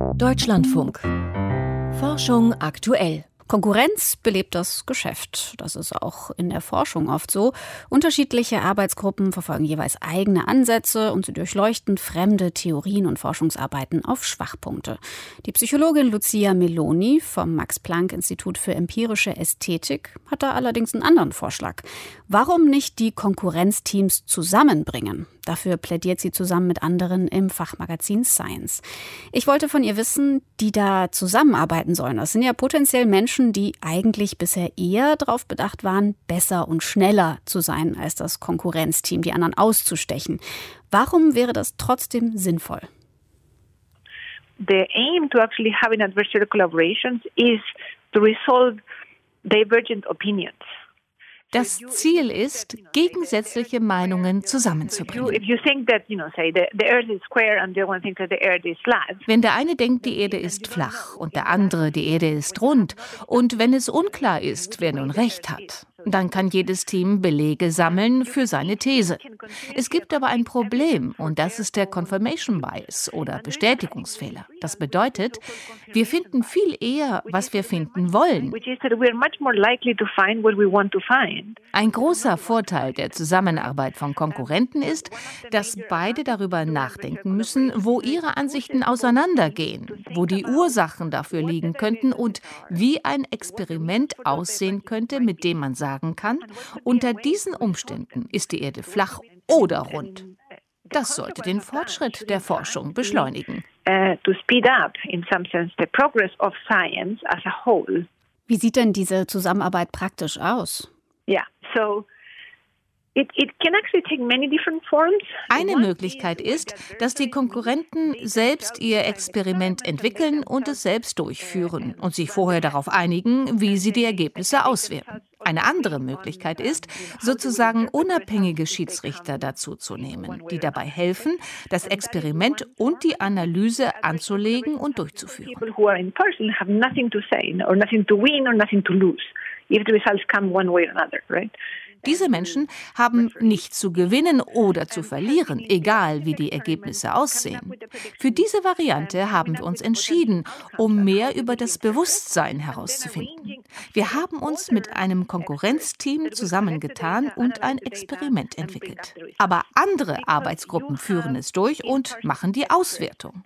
Deutschlandfunk. Forschung aktuell. Konkurrenz belebt das Geschäft. Das ist auch in der Forschung oft so. Unterschiedliche Arbeitsgruppen verfolgen jeweils eigene Ansätze und sie durchleuchten fremde Theorien und Forschungsarbeiten auf Schwachpunkte. Die Psychologin Lucia Meloni vom Max-Planck-Institut für empirische Ästhetik hat da allerdings einen anderen Vorschlag. Warum nicht die Konkurrenzteams zusammenbringen? Dafür plädiert sie zusammen mit anderen im Fachmagazin Science. Ich wollte von ihr wissen, die da zusammenarbeiten sollen. Das sind ja potenziell Menschen, die eigentlich bisher eher darauf bedacht waren, besser und schneller zu sein als das Konkurrenzteam, die anderen auszustechen. Warum wäre das trotzdem sinnvoll? The aim to actually having adversarial collaborations is to resolve divergent opinions. Das Ziel ist, gegensätzliche Meinungen zusammenzubringen. Wenn der eine denkt, die Erde ist flach und der andere, die Erde ist rund, und wenn es unklar ist, wer nun recht hat, dann kann jedes Team Belege sammeln für seine These. Es gibt aber ein Problem und das ist der Confirmation Bias oder Bestätigungsfehler. Das bedeutet, wir finden viel eher, was wir finden wollen. Ein großer Vorteil der Zusammenarbeit von Konkurrenten ist, dass beide darüber nachdenken müssen, wo ihre Ansichten auseinandergehen, wo die Ursachen dafür liegen könnten und wie ein Experiment aussehen könnte, mit dem man sagen kann, unter diesen Umständen ist die Erde flach oder rund. Das sollte den Fortschritt der Forschung beschleunigen. Wie sieht denn diese Zusammenarbeit praktisch aus? Eine Möglichkeit ist, dass die Konkurrenten selbst ihr Experiment entwickeln und es selbst durchführen und sich vorher darauf einigen, wie sie die Ergebnisse auswerten. Eine andere Möglichkeit ist, sozusagen unabhängige Schiedsrichter dazu zu nehmen, die dabei helfen, das Experiment und die Analyse anzulegen und durchzuführen. Diese Menschen haben nichts zu gewinnen oder zu verlieren, egal wie die Ergebnisse aussehen. Für diese Variante haben wir uns entschieden, um mehr über das Bewusstsein herauszufinden. Wir haben uns mit einem Konkurrenzteam zusammengetan und ein Experiment entwickelt. Aber andere Arbeitsgruppen führen es durch und machen die Auswertung.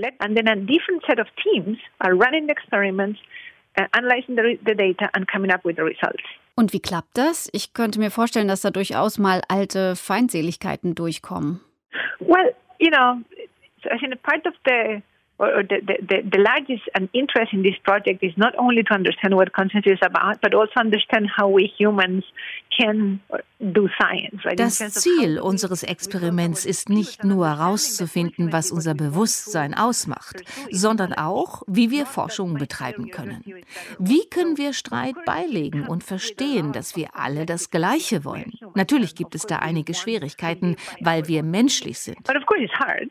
Und wie klappt das? Ich könnte mir vorstellen, dass da durchaus mal alte Feindseligkeiten durchkommen. Well, I think part of the largest interest in this project is not only to understand what consensus is about, but also understand how we humans can do science. Right? Das Ziel unseres Experiments ist nicht nur herauszufinden, was unser Bewusstsein ausmacht, sondern auch, wie wir Forschung betreiben können. Wie können wir Streit beilegen und verstehen, dass wir alle das Gleiche wollen? Natürlich gibt es da einige Schwierigkeiten, weil wir menschlich sind. But of course it's hard.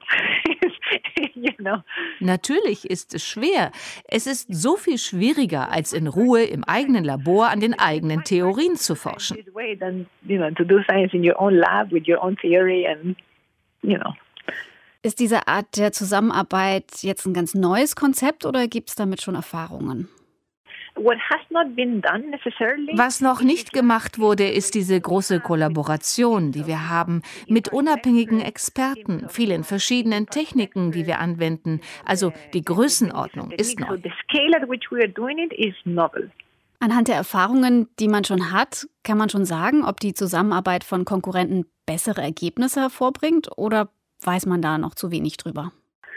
Natürlich ist es schwer. Es ist so viel schwieriger, als in Ruhe im eigenen Labor an den eigenen Theorien zu forschen. Ist diese Art der Zusammenarbeit jetzt ein ganz neues Konzept oder gibt es damit schon Erfahrungen? Was noch nicht gemacht wurde, ist diese große Kollaboration, die wir haben, mit unabhängigen Experten, vielen verschiedenen Techniken, die wir anwenden. Also die Größenordnung ist neu. Anhand der Erfahrungen, die man schon hat, kann man schon sagen, ob die Zusammenarbeit von Konkurrenten bessere Ergebnisse hervorbringt oder weiß man da noch zu wenig drüber?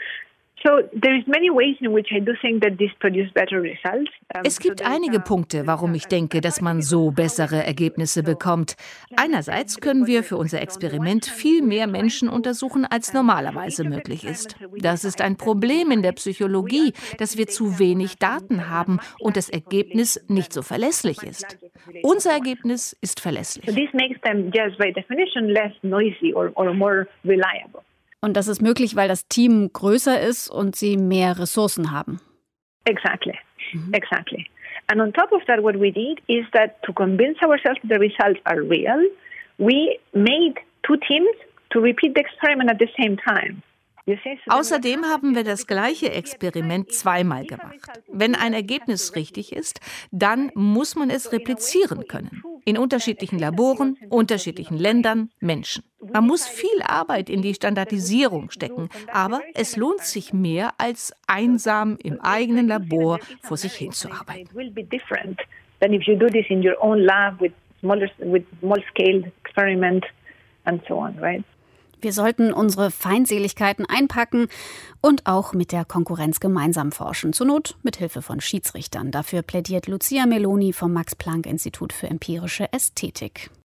Es gibt einige Punkte, warum ich denke, dass man so bessere Ergebnisse bekommt. Einerseits können wir für unser Experiment viel mehr Menschen untersuchen, als normalerweise möglich ist. Das ist ein Problem in der Psychologie, dass wir zu wenig Daten haben und das Ergebnis nicht so verlässlich ist. Unser Ergebnis ist verlässlich. Und das ist möglich, weil das Team größer ist und sie mehr Ressourcen haben. Exactly. And on top of that, what we did is that to convince ourselves that the results are real, we made two teams to repeat the experiment at the same time. Außerdem haben wir das gleiche Experiment zweimal gemacht. Wenn ein Ergebnis richtig ist, dann muss man es replizieren können. In unterschiedlichen Laboren, unterschiedlichen Ländern, Menschen. Man muss viel Arbeit in die Standardisierung stecken, aber es lohnt sich mehr, als einsam im eigenen Labor vor sich hinzuarbeiten. Than if you do this in your own lab with small-scale experiment and so on, right? Wir sollten unsere Feindseligkeiten einpacken und auch mit der Konkurrenz gemeinsam forschen. Zur Not mit Hilfe von Schiedsrichtern. Dafür plädiert Lucia Meloni vom Max-Planck-Institut für empirische Ästhetik.